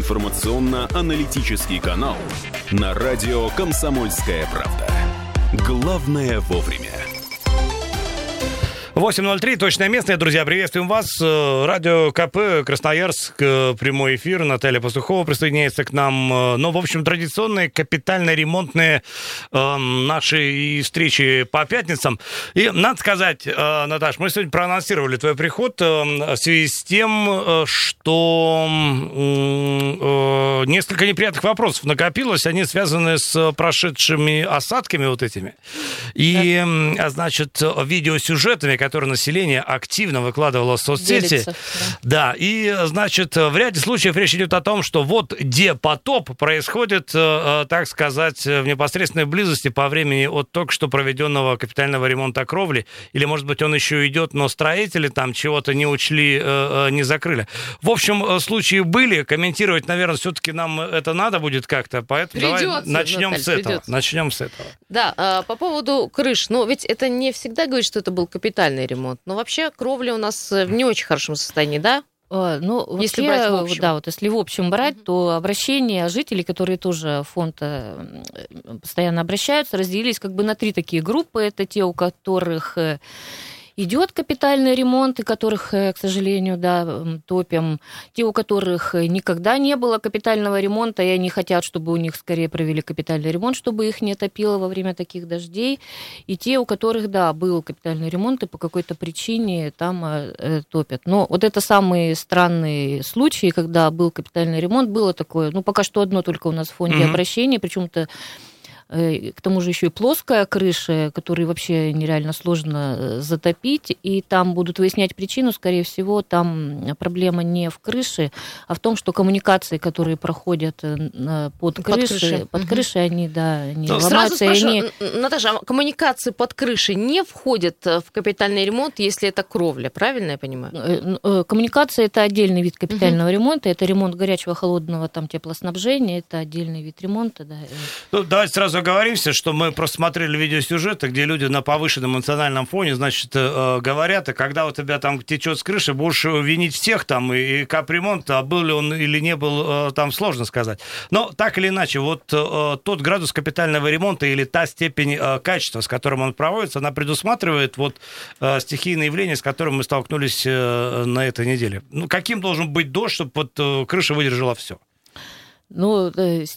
информационно-аналитический канал на радио «Комсомольская правда». Главное вовремя. 8:03, точное место. Друзья, приветствуем вас. Радио КП, Красноярск, прямой эфир. Наталья Пастухова присоединяется к нам. Ну, в общем, традиционные капитально-ремонтные наши встречи по пятницам. И надо сказать, Наташ, мы сегодня проанонсировали твой приход в связи с тем, что несколько неприятных вопросов накопилось. Они связаны с прошедшими осадками вот этими. И, значит, видеосюжетами, которые население активно выкладывало в соцсети. Делится, да, и, значит, в ряде случаев речь идет о том, что вот где потоп происходит, так сказать, в непосредственной близости по времени от только что проведенного капитального ремонта кровли, или, может быть, он еще идет, но строители там чего-то не учли, не закрыли. В общем, случаи были, комментировать, наверное, все-таки нам это надо будет как-то, поэтому придется, давай начнем, Наталья, с этого. придется. Начнем с этого. Да, по поводу крыш, ну ведь это не всегда говорит, что это был капитальный ремонт, но вообще кровля у нас в не очень хорошем состоянии, да? Ну, Если вообще, брать в общем. да, вот если в общем брать, то обращения жителей, которые тоже в фонд постоянно обращаются, разделились как бы на 3 такие группы. Это те, у которых идет капитальный ремонт, и которых, к сожалению, да, топим. Те, у которых никогда не было капитального ремонта, и они хотят, чтобы у них скорее провели капитальный ремонт, чтобы их не топило во время таких дождей. И те, у которых, да, был капитальный ремонт, и по какой-то причине там топят. Но вот это самые странные случаи, когда был капитальный ремонт, было такое, ну, пока что одно только у нас в фонде обращений, причем-то к тому же еще и плоская крыша, которую вообще нереально сложно затопить, и там будут выяснять причину, скорее всего, там проблема не в крыше, а в том, что коммуникации, которые проходят под крышей, они, да, не Сразу ломаются. спрашиваю, Наташа, а коммуникации под крышей не входят в капитальный ремонт, если это кровля, правильно я понимаю? Коммуникация – это отдельный вид капитального ремонта, это ремонт горячего, холодного там, теплоснабжения, это отдельный вид ремонта. Да. Ну, давайте сразу оговоримся, что мы просто смотрели видеосюжеты, где люди на повышенном эмоциональном фоне, значит, говорят, и когда у тебя там течет с крыши, будешь винить всех там, и капремонт, а был ли он или не был, там сложно сказать. Но так или иначе, вот тот градус капитального ремонта или та степень качества, с которым он проводится, она предусматривает вот стихийные явления, с которыми мы столкнулись на этой неделе. Ну, каким должен быть дождь, чтобы вот крыша выдержала все? Ну,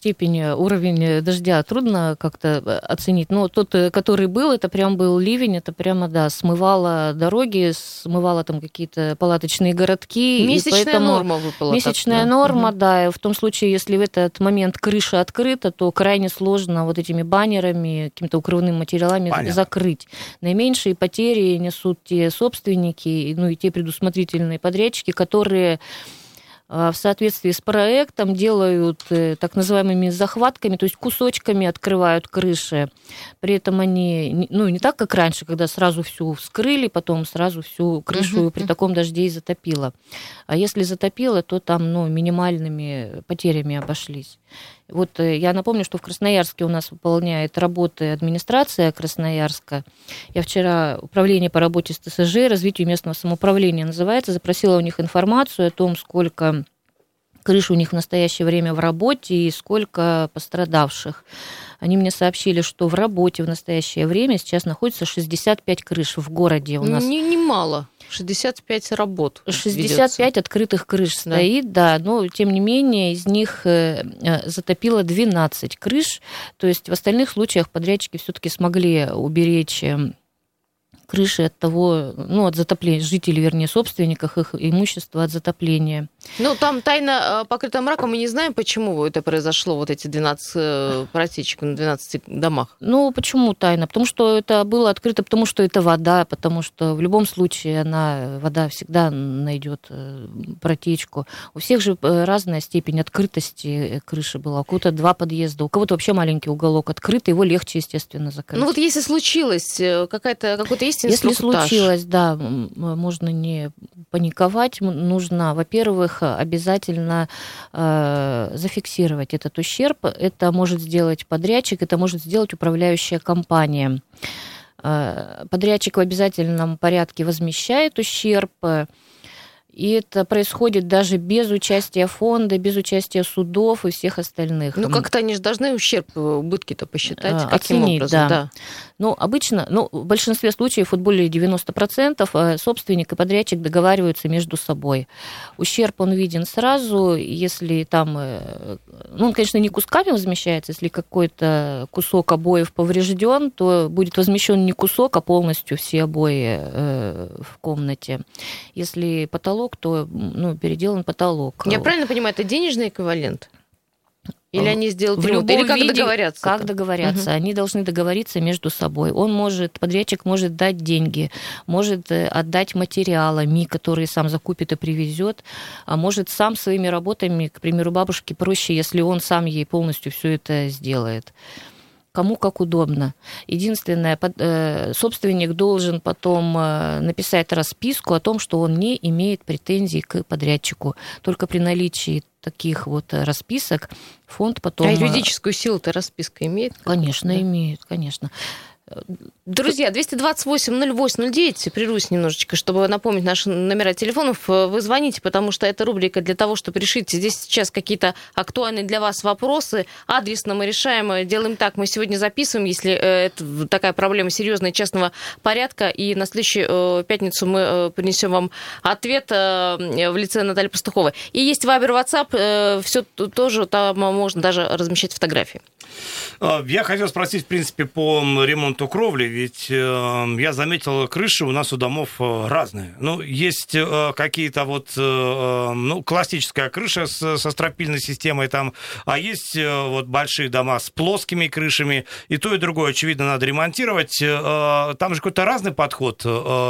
уровень дождя трудно как-то оценить. Но тот, который был, это прям был ливень, это прямо, да, смывало дороги, смывало там какие-то палаточные городки. Месячная норма выпала. Месячная норма, да. И в том случае, если в этот момент крыша открыта, то крайне сложно вот этими баннерами, какими-то укрывными материалами закрыть. Наименьшие потери несут те собственники, ну и те предусмотрительные подрядчики, которые в соответствии с проектом делают так называемыми захватками, то есть кусочками открывают крыши. При этом они, ну, не так, как раньше, когда сразу всю вскрыли, потом сразу всю крышу при таком дожде и затопило. А если затопило, то там, ну, минимальными потерями обошлись. Вот я напомню, что в Красноярске у нас выполняет работы администрация Красноярска. Я вчера управление по работе с ТСЖ, развитию местного самоуправления называется, запросила у них информацию о том, сколько крыш у них в настоящее время в работе и сколько пострадавших. Они мне сообщили, что в работе в настоящее время сейчас находится 65 крыш в городе у нас. Немало. 65 работ. 65 ведется. Открытых крыш стоит, да, но тем не менее из них затопило 12 крыш. То есть в остальных случаях подрядчики все-таки смогли уберечь крыши от того, ну, от затопления, жителей, вернее, собственников, их имущества от затопления. Ну, там тайна покрыта мраком, мы не знаем, почему это произошло, вот эти 12 протечек на 12 домах. Ну, почему тайна? Потому что это было открыто, потому что это вода, потому что в любом случае вода всегда найдет протечку. У всех же разная степень открытости крыши была. У кого-то 2 подъезда, у кого-то вообще маленький уголок открыт, его легче, естественно, закрыть. Ну, вот если случилось, какой-то есть инструктаж? Если случилось, да, можно не паниковать, нужно, во-первых, обязательно зафиксировать этот ущерб. Это может сделать подрядчик, это может сделать управляющая компания. Подрядчик в обязательном порядке возмещает ущерб. И это происходит даже без участия фонда, без участия судов и всех остальных. Ну, как-то они же должны ущерб, убытки-то посчитать. Каким оценить, образом? Да. Ну, обычно, в большинстве случаев, в более 90%, собственник и подрядчик договариваются между собой. Ущерб, он виден сразу, если там, он, конечно, не кусками возмещается, если какой-то кусок обоев поврежден, то будет возмещен не кусок, а полностью все обои в комнате. Если потолок, то переделан потолок. Я правильно понимаю, это денежный эквивалент? Или они сделают ремонт? Или как договорятся? Как договорятся? Они должны договориться между собой. Подрядчик может дать деньги, может отдать материалами, которые сам закупит и привезет, а может сам своими работами, к примеру, бабушке проще, если он сам ей полностью все это сделает. Кому как удобно. Единственное, собственник должен потом написать расписку о том, что он не имеет претензий к подрядчику. Только при наличии таких вот расписок фонд потом... А юридическую силу-то расписка имеет? Конечно, да? Имеет, конечно. Друзья, 228-08-09, прервусь немножечко, чтобы напомнить наши номера телефонов. Вы звоните, потому что это рубрика для того, чтобы решить здесь сейчас какие-то актуальные для вас вопросы. Адресно мы решаем, делаем так. Мы сегодня записываем, если это такая проблема серьезная, частного порядка, и на следующую пятницу мы принесем вам ответ в лице Натальи Пастуховой. И есть Вайбер, WhatsApp, все тоже, там можно даже размещать фотографии. Я хотел спросить, в принципе, по ремонту кровли, ведь я заметил, крыши у нас у домов разные. Есть какие-то классическая крыша со стропильной системой там, а есть большие дома с плоскими крышами, и то, и другое, очевидно, надо ремонтировать. Там же какой-то разный подход,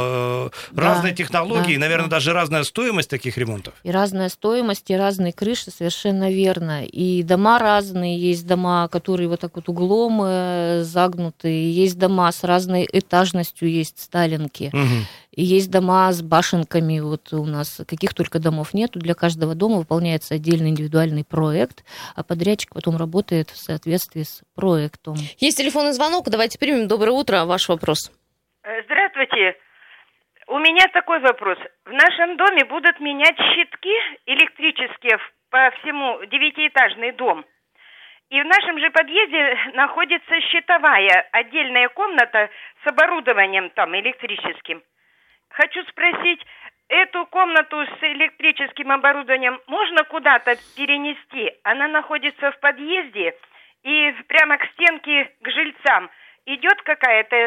разные технологии, наверное, даже разная стоимость таких ремонтов. И разная стоимость, и разные крыши, совершенно верно. И дома разные, есть дома, которые вот так вот углом загнутые, есть дома с разной этажностью, есть сталинки, и есть дома с башенками, вот у нас каких только домов нету, для каждого дома выполняется отдельный индивидуальный проект, а подрядчик потом работает в соответствии с проектом. Есть телефонный звонок, давайте примем. Доброе утро, ваш вопрос. Здравствуйте. У меня такой вопрос. В нашем доме будут менять щитки электрические по всему, 9-этажный дом. И в нашем же подъезде находится щитовая, отдельная комната с оборудованием там электрическим. Хочу спросить, эту комнату с электрическим оборудованием можно куда-то перенести? Она находится в подъезде, и прямо к стенке, к жильцам идет какая-то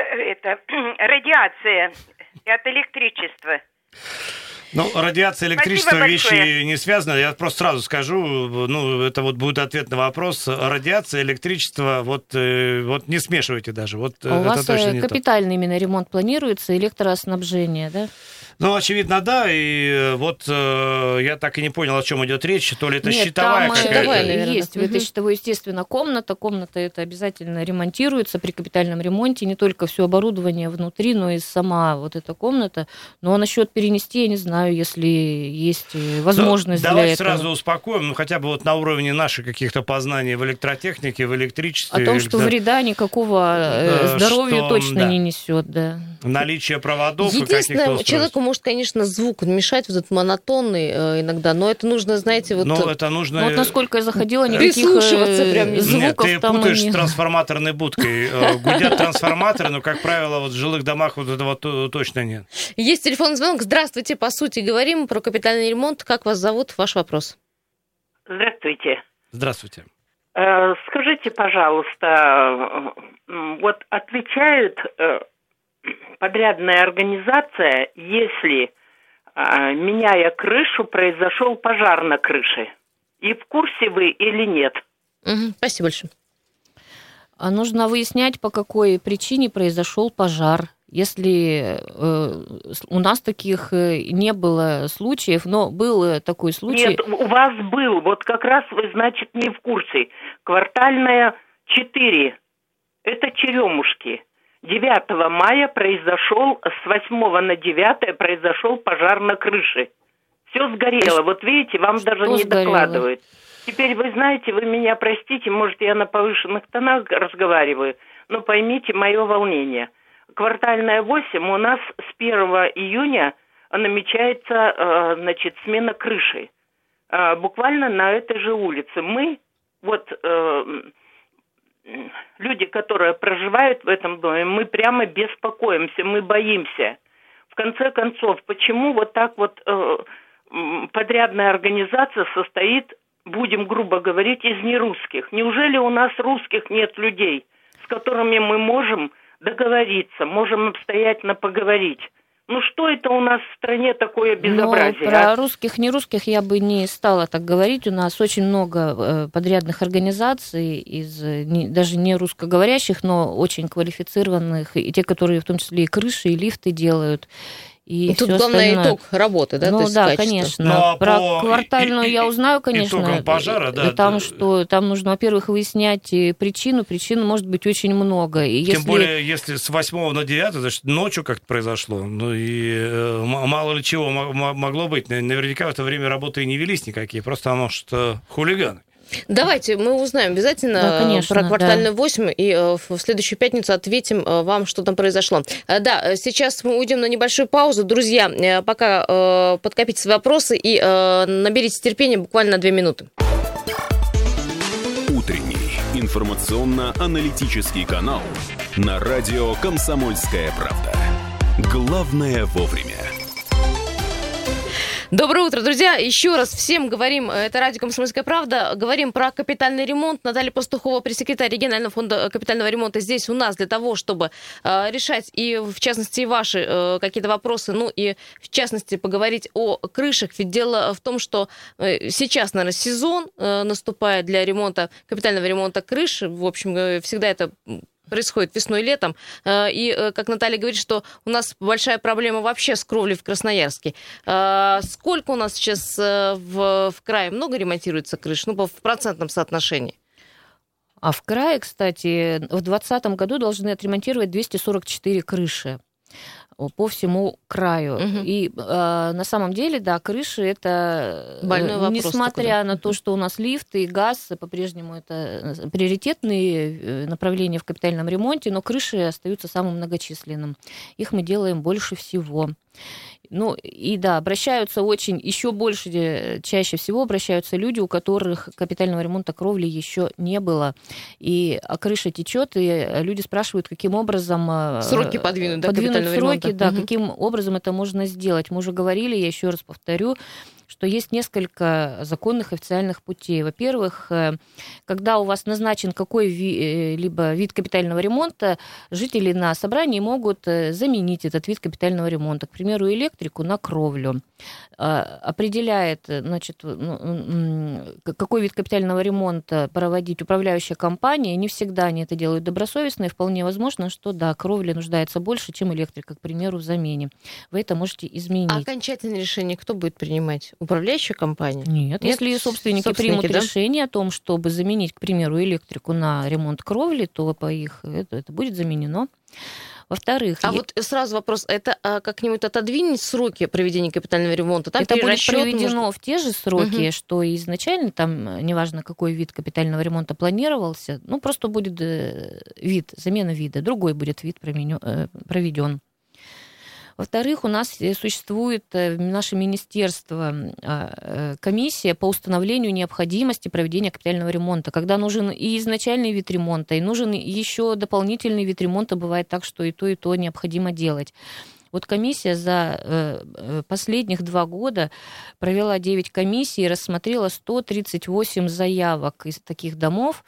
радиация от электричества. Радиация, электричество, вещи не связаны. Я просто сразу скажу, это будет ответ на вопрос. Радиация, электричество, не смешивайте даже. У вас капитальный именно ремонт планируется, электроснабжение, да? Очевидно, да. И я так и не понял, о чем идет речь. То ли это щитовая какая-то. Щитовая, есть. Это щитовая, естественно, комната. Комната это обязательно ремонтируется при капитальном ремонте. Не только все оборудование внутри, но и сама вот эта комната. Но насчет перенести, я не знаю, если есть возможность для этого. Давайте сразу успокоим, хотя бы на уровне наших каких-то познаний в электротехнике, в электричестве. О том, что вреда никакого здоровью точно не несет, да. Наличие проводов и каких-то устройств. Человеку может, конечно, звук мешать, этот монотонный иногда, но это нужно, знаете, это нужно... насколько я заходила, никаких звуков ты там путаешь с трансформаторной будкой. Гудят трансформаторы, но, как правило, в жилых домах этого точно нет. Есть телефонный звонок. Здравствуйте, по сути говорим про капитальный ремонт. Как вас зовут? Ваш вопрос. Здравствуйте. Здравствуйте. Скажите, пожалуйста, отвечает подрядная организация, если, меняя крышу, произошел пожар на крыше? И в курсе вы или нет? Спасибо большое. Нужно выяснять, по какой причине произошел пожар. Если у нас таких не было случаев, но был такой случай... Нет, у вас был. Как раз вы, значит, не в курсе. Квартальная 4. Это Черемушки. 9 мая произошел, с 8 на 9 произошел пожар на крыше. Все сгорело. Видите, вам даже не докладывают. Теперь вы знаете, вы меня простите, может, я на повышенных тонах разговариваю, но поймите мое волнение. Квартальная 8 у нас с 1 июня намечается, значит, смена крыши. Буквально на этой же улице. Мы, люди, которые проживают в этом доме, мы прямо беспокоимся, мы боимся. В конце концов, почему вот так вот подрядная организация состоит, будем грубо говорить, из нерусских? Неужели у нас русских нет людей, с которыми мы можем договориться, можем обстоятельно поговорить? Ну что это у нас в стране такое безобразие? Про русских, не русских я бы не стала так говорить. У нас очень много подрядных организаций, даже не русскоговорящих, но очень квалифицированных, и те, которые в том числе и крыши, и лифты делают. И тут главное итог работы, да? Ну да, качество. Конечно. Но про квартальную я узнаю, конечно. Итогам пожара, да. Там нужно, во-первых, выяснять причину. Причин может быть очень много. И Тем более, если с 8 на 9, значит, ночью как-то произошло. Ну и мало ли чего могло быть. Наверняка в это время работы и не велись никакие. Просто, может, хулиганы. Давайте мы узнаем обязательно, конечно, про квартальную 8, и в следующую пятницу ответим вам, что там произошло. Да, сейчас мы уйдем на небольшую паузу. Друзья, пока подкопите свои вопросы и наберите терпения буквально на 2 минуты. Утренний информационно-аналитический канал на радио «Комсомольская правда». Главное вовремя. Доброе утро, друзья. Еще раз всем говорим, это радио «Комсомольская правда», говорим про капитальный ремонт. Наталья Пастухова, пресс-секретарь регионального фонда капитального ремонта, здесь у нас для того, чтобы решать и, в частности, и ваши какие-то вопросы, ну и, в частности, поговорить о крышах. Ведь дело в том, что сейчас, наверное, сезон наступает для ремонта, капитального ремонта крыш. В общем, всегда это происходит весной и летом. И, как Наталья говорит, что у нас большая проблема вообще с кровлей в Красноярске. Сколько у нас сейчас в крае? Много ремонтируется крыш? Ну, в процентном соотношении. А в крае, кстати, в 2020 году должны отремонтировать 244 крыши по всему краю. Угу. И на самом деле, да, крыши это, несмотря на то, что у нас лифты и газ, по-прежнему это приоритетные направления в капитальном ремонте, но крыши остаются самым многочисленным. Их мы делаем больше всего. Ну и да, обращаются еще больше, чаще всего обращаются люди, у которых капитального ремонта кровли еще не было. И крыша течет, и люди спрашивают, каким образом... Сроки подвинуть, да, капитального ремонта? Да, каким образом это можно сделать. Мы уже говорили, я еще раз повторю, что есть несколько законных официальных путей. Во-первых, когда у вас назначен какой-либо вид капитального ремонта, жители на собрании могут заменить этот вид капитального ремонта, к примеру, электрику на кровлю. Определяет, значит, какой вид капитального ремонта проводить управляющая компания. Не всегда они это делают добросовестно, и вполне возможно, что да, кровля нуждается больше, чем электрика, к примеру, в замене. Вы это можете изменить. А окончательное решение кто будет принимать? Управляющая компания? Нет. Если собственники примут решение о том, чтобы заменить, к примеру, электрику на ремонт кровли, то по их это будет заменено. Во-вторых... А вот сразу вопрос, это как-нибудь отодвинуть сроки проведения капитального ремонта? Там это будет проведено в те же сроки, что и изначально, там, неважно, какой вид капитального ремонта планировался, ну, просто будет замена вида, другой будет вид проведен. Во-вторых, у нас существует наше министерство, комиссия по установлению необходимости проведения капитального ремонта. Когда нужен и изначальный вид ремонта, и нужен еще дополнительный вид ремонта, бывает так, что и то необходимо делать. Вот комиссия за последних 2 года провела 9 комиссий и рассмотрела 138 заявок из таких домов,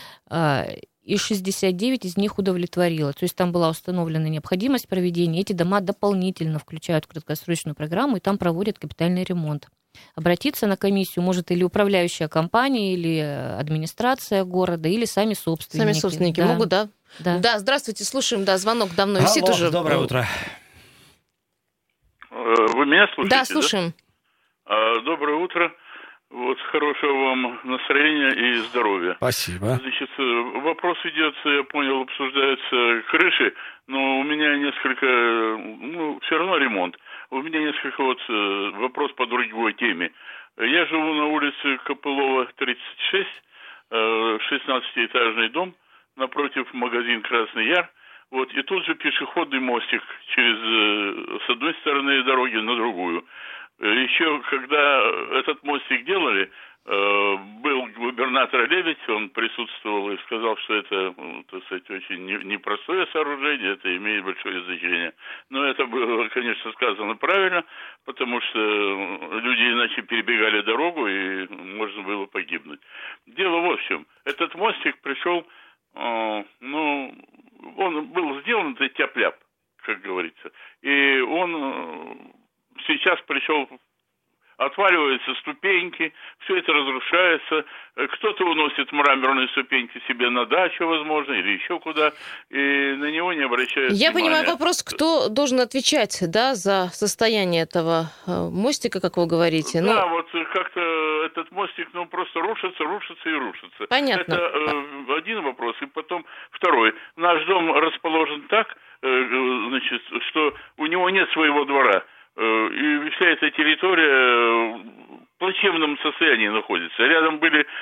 и 69 из них удовлетворило. То есть там была установлена необходимость проведения. Эти дома дополнительно включают в краткосрочную программу, и там проводят капитальный ремонт. Обратиться на комиссию может или управляющая компания, или администрация города, или сами собственники. Сами собственники могут, да? Да, здравствуйте, слушаем, да, звонок давно висит уже. Доброе утро. Вы меня слушаете? Да, слушаем. Да? Доброе утро. Вот, хорошего вам настроения и здоровья. Спасибо. Значит, вопрос идет, я понял, обсуждаются крыши, но у меня несколько, все равно ремонт. У меня несколько вопрос по другой теме. Я живу на улице Копылова, 36, 16-этажный дом, напротив магазин «Красный Яр». Вот, и тут же пешеходный мостик с одной стороны дороги на другую. Еще когда этот мостик делали, был губернатор Лебедь, он присутствовал и сказал, что это, так сказать, очень непростое сооружение, это имеет большое значение. Но это было, конечно, сказано правильно, потому что люди иначе перебегали дорогу и можно было погибнуть. Дело в общем, этот мостик пришел, он был сделан тяп-ляп, как говорится, и он сейчас пришел. Отваливаются ступеньки, все это разрушается, кто-то уносит мраморные ступеньки себе на дачу, возможно, или еще куда, и на него не обращают внимания. Я понимаю вопрос, кто должен отвечать, да, за состояние этого мостика, как вы говорите. Да, вот как-то этот мостик, просто рушится и рушится. Понятно. Это один вопрос, и потом второй. Наш дом расположен так, что у него нет своего двора. И вся эта территория в плачевном состоянии находится. Рядом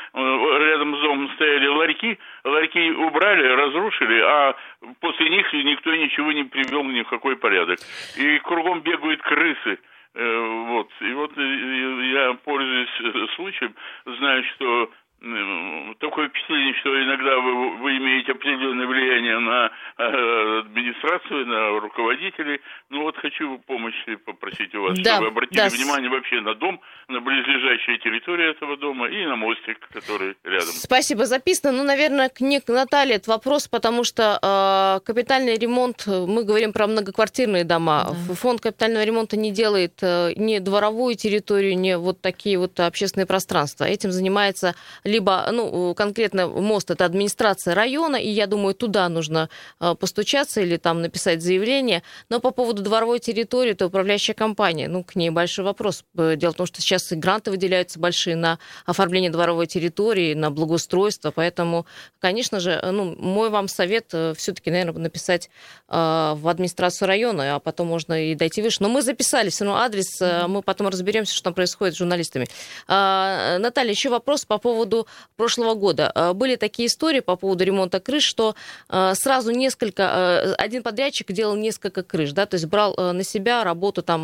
с домом стояли ларьки убрали, разрушили, а после них никто ничего не привел ни в какой порядок. И кругом бегают крысы. Вот. И вот я, пользуясь случаем, знаю, что такое впечатление, что иногда вы имеете определенное влияние на администрацию, на руководителей. Хочу помощи попросить у вас, чтобы обратили внимание вообще на дом, на близлежащие территории этого дома и на мостик, который рядом. Спасибо, записано. Наверное, к Наталье этот вопрос, потому что капитальный ремонт, мы говорим про многоквартирные дома. Да. Фонд капитального ремонта не делает ни дворовую территорию, ни вот такие вот общественные пространства. Этим занимается либо, конкретно мост, это администрация района, и я думаю, туда нужно постучаться или там написать заявление. Но по поводу дворовой территории, это управляющая компания. К ней большой вопрос. Дело в том, что сейчас и гранты выделяются большие на оформление дворовой территории, на благоустройство, поэтому, конечно же, мой вам совет все-таки, наверное, написать в администрацию района, а потом можно и дойти выше. Но мы записали все равно адрес, мы потом разберемся, что там происходит с журналистами. Наталья, еще вопрос по поводу прошлого года. Были такие истории по поводу ремонта крыш, что сразу один подрядчик делал несколько крыш, да, то есть брал на себя работу там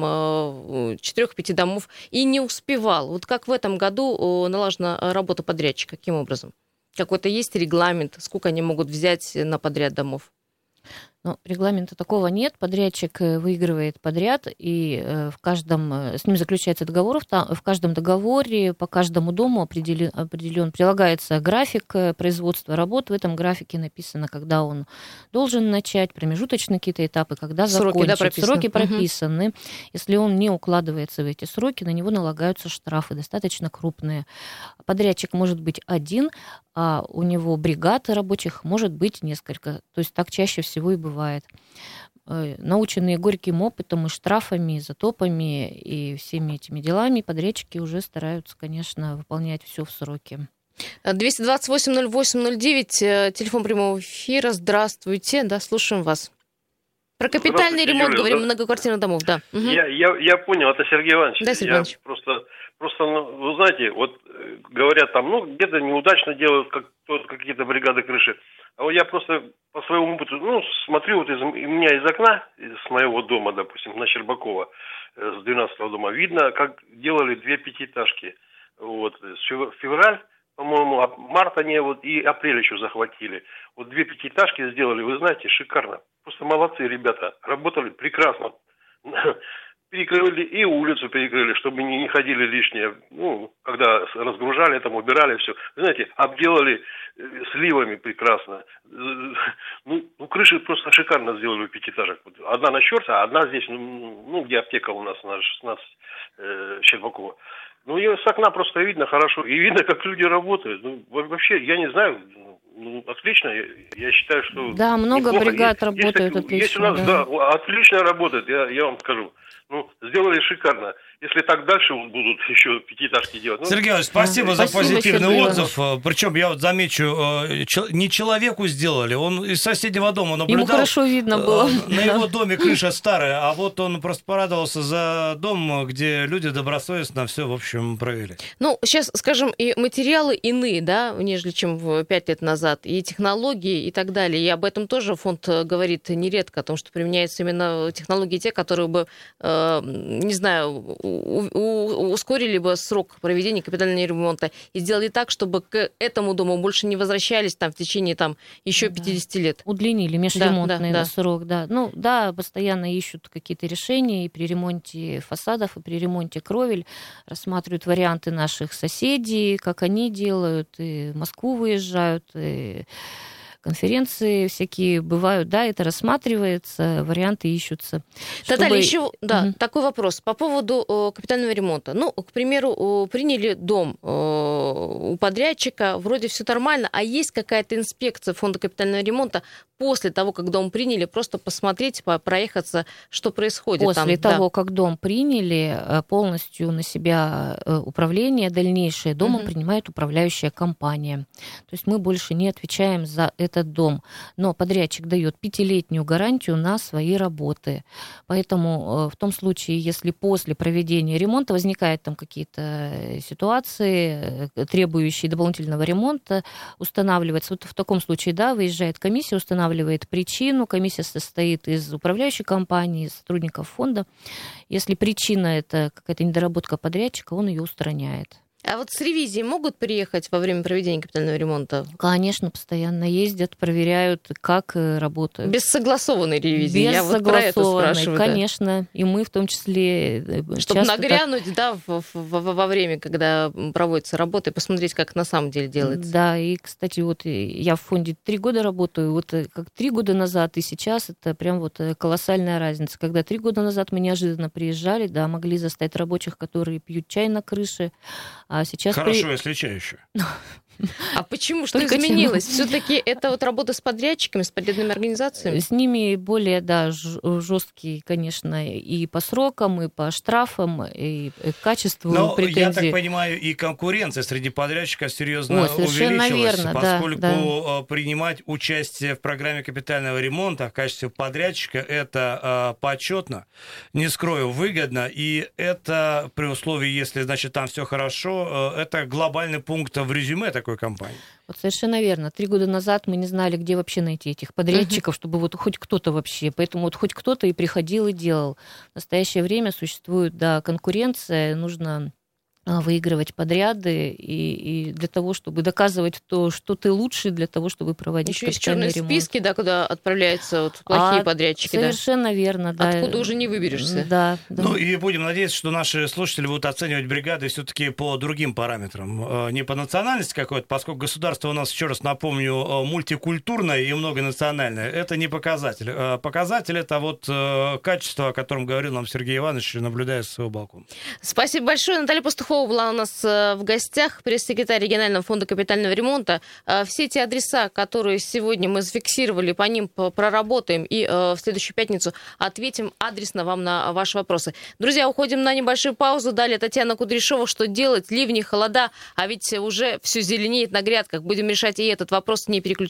4-5 домов и не успевал. Вот как в этом году налажена работа подрядчика? Каким образом? Какой-то есть регламент? Сколько они могут взять на подряд домов? Регламента такого нет. Подрядчик выигрывает подряд, и с ним заключается договор. В каждом договоре по каждому дому прилагается график производства работ. В этом графике написано, когда он должен начать, промежуточные какие-то этапы, когда закончить. Сроки прописаны. Если он не укладывается в эти сроки, на него налагаются штрафы достаточно крупные. Подрядчик может быть один, а у него бригад рабочих может быть несколько. То есть так чаще всего и бывает. Наученные горьким опытом и штрафами, и затопами, и всеми этими делами, подрядчики уже стараются, конечно, выполнять все в сроки. 228-08-09, телефон прямого эфира. Здравствуйте, да, слушаем вас. Про капитальный ремонт говорим, многоквартирных домов, да. Угу. Я понял, это Сергей Иванович. Да, Сергей Иванович. Просто, вы знаете, вот говорят там, где-то неудачно делают какие-то бригады крыши. А вот я просто по своему опыту, смотрю у меня из окна, с моего дома, допустим, на Щербакова, с 12-го дома, видно, как делали 2 пятиэтажки. Вот, февраль, по-моему, март они и апрель еще захватили. Вот 2 пятиэтажки сделали, вы знаете, шикарно. Просто молодцы ребята, работали прекрасно. Перекрыли и улицу перекрыли, чтобы не ходили лишние. Когда разгружали, убирали все. Знаете, обделали сливами прекрасно. Крыши просто шикарно сделали у пятиэтажек. Одна на Щерса, а одна здесь, где аптека у нас, на 16 Щербакова. Ее с окна просто видно хорошо. И видно, как люди работают. Вообще, я не знаю, отлично. Я считаю, что... Да, много бригад работают отлично. Есть у нас, да, отлично работает, я вам скажу. Сделали шикарно. если так дальше будут еще пятиэтажки делать... Сергей Иванович, спасибо за позитивный отзыв. Причем, я вот замечу, не человеку сделали, он из соседнего дома наблюдал. Ему хорошо видно было. На его доме крыша старая, а вот он просто порадовался за дом, где люди добросовестно все, в общем, провели. Ну, сейчас, скажем, и материалы иные, да, нежели чем 5 лет назад, и технологии и так далее. И об этом тоже фонд говорит нередко, о том, что применяются именно технологии те, которые бы, не знаю, ускорили бы срок проведения капитального ремонта и сделали так, чтобы к этому дому больше не возвращались там в течение там еще 50 лет. Удлинили межремонтный срок, да. Ну, да, постоянно ищут какие-то решения и при ремонте фасадов, и при ремонте кровель, рассматривают варианты наших соседей, как они делают, и в Москву выезжают, и конференции всякие бывают, да, это рассматривается, варианты ищутся. Наталья, еще такой вопрос по поводу капитального ремонта. Ну, к примеру, приняли дом у подрядчика, вроде все нормально, а есть какая-то инспекция фонда капитального ремонта после того, как дом приняли, просто посмотреть, проехаться, что происходит после того, как дом приняли, полностью на себя управление дальнейшее домом принимает управляющая компания. То есть мы больше не отвечаем за этот дом. Но подрядчик дает 5-летнюю гарантию на свои работы. Поэтому в том случае, если после проведения ремонта возникают там какие-то ситуации, требующие дополнительного ремонта, устанавливается. Вот в таком случае, да, выезжает комиссия, устанавливает причину. Комиссия состоит из управляющей компании, сотрудников фонда. Если причина это какая-то недоработка подрядчика, он ее устраняет. А вот с ревизией могут приехать во время проведения капитального ремонта? Конечно, постоянно ездят, проверяют, как работают. Без согласованной ревизии? Я вот про это спрашиваю. Конечно, да. И мы в том числе. Чтобы нагрянуть, да, во время, когда проводятся работы, и посмотреть, как на самом деле делается. Да, и, кстати, вот я в фонде 3 года работаю, вот как 3 года назад и сейчас, это прям вот колоссальная разница. Когда 3 года назад мы неожиданно приезжали, да, могли застать рабочих, которые пьют чай на крыше. А сейчас хорошо, если чай еще. А почему? Что изменилось? Все-таки это вот работа с подрядчиками, с подрядными организациями? С ними более, да, жесткие, конечно, и по срокам, и по штрафам, и к качеству претензий. Я так понимаю, и конкуренция среди подрядчиков серьезно увеличилась, верно, поскольку принимать участие в программе капитального ремонта в качестве подрядчика это почетно, не скрою, выгодно, и это при условии, если, значит, там все хорошо, это глобальный пункт в резюме такой компании. Вот совершенно верно. 3 года назад мы не знали, где вообще найти этих подрядчиков, чтобы вот хоть кто-то вообще. Поэтому вот хоть кто-то и приходил, и делал. В настоящее время существует, да, конкуренция, нужно выигрывать подряды и для того, чтобы доказывать то, что ты лучше, для того, чтобы проводить капитальный ремонт. Еще есть черные списки, да, куда отправляются вот плохие подрядчики. Совершенно верно, да. Откуда уже не выберешься. Да. Ну и будем надеяться, что наши слушатели будут оценивать бригады все-таки по другим параметрам. Не по национальности какой-то, поскольку государство у нас, еще раз напомню, мультикультурное и многонациональное. Это не показатель. Показатель — это вот качество, о котором говорил нам Сергей Иванович, наблюдая со своего балкона. Спасибо большое. Наталья Пастухова была у нас в гостях, пресс-секретарь регионального фонда капитального ремонта. Все те адреса, которые сегодня мы зафиксировали, по ним проработаем и в следующую пятницу ответим адресно вам на ваши вопросы. Друзья, уходим на небольшую паузу. Далее Татьяна Кудряшова. Что делать? Ливни, холода, а ведь уже все зеленеет на грядках. Будем решать и этот вопрос. Не переключайтесь.